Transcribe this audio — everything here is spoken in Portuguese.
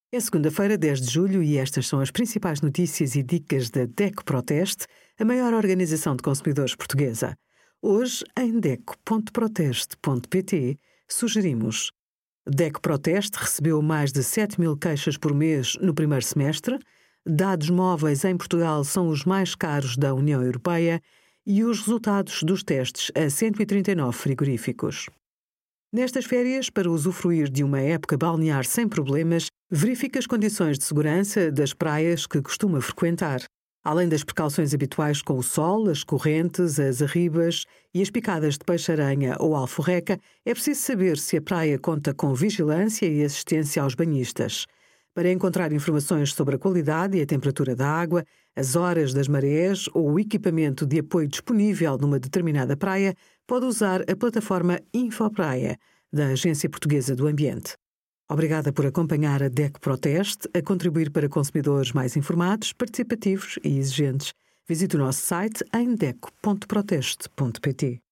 É segunda-feira, 10 de julho, e estas são as principais notícias e dicas da DECO Proteste, a maior organização de consumidores portuguesa. Hoje, em DECO.proteste.pt, sugerimos: DECO Proteste recebeu mais de 7.000 queixas por mês no primeiro semestre, dados móveis em Portugal são os mais caros da União Europeia e os resultados dos testes a 139 frigoríficos. Nestas férias, para usufruir de uma época balnear sem problemas, verifique as condições de segurança das praias que costuma frequentar. Além das precauções habituais com o sol, as correntes, as arribas e as picadas de peixe-aranha ou alforreca, é preciso saber se a praia conta com vigilância e assistência aos banhistas. Para encontrar informações sobre a qualidade e a temperatura da água, as horas das marés ou o equipamento de apoio disponível numa determinada praia, pode usar a plataforma Infopraia, da Agência Portuguesa do Ambiente. Obrigada por acompanhar a DECO Proteste a contribuir para consumidores mais informados, participativos e exigentes. Visite o nosso site em deco.proteste.pt.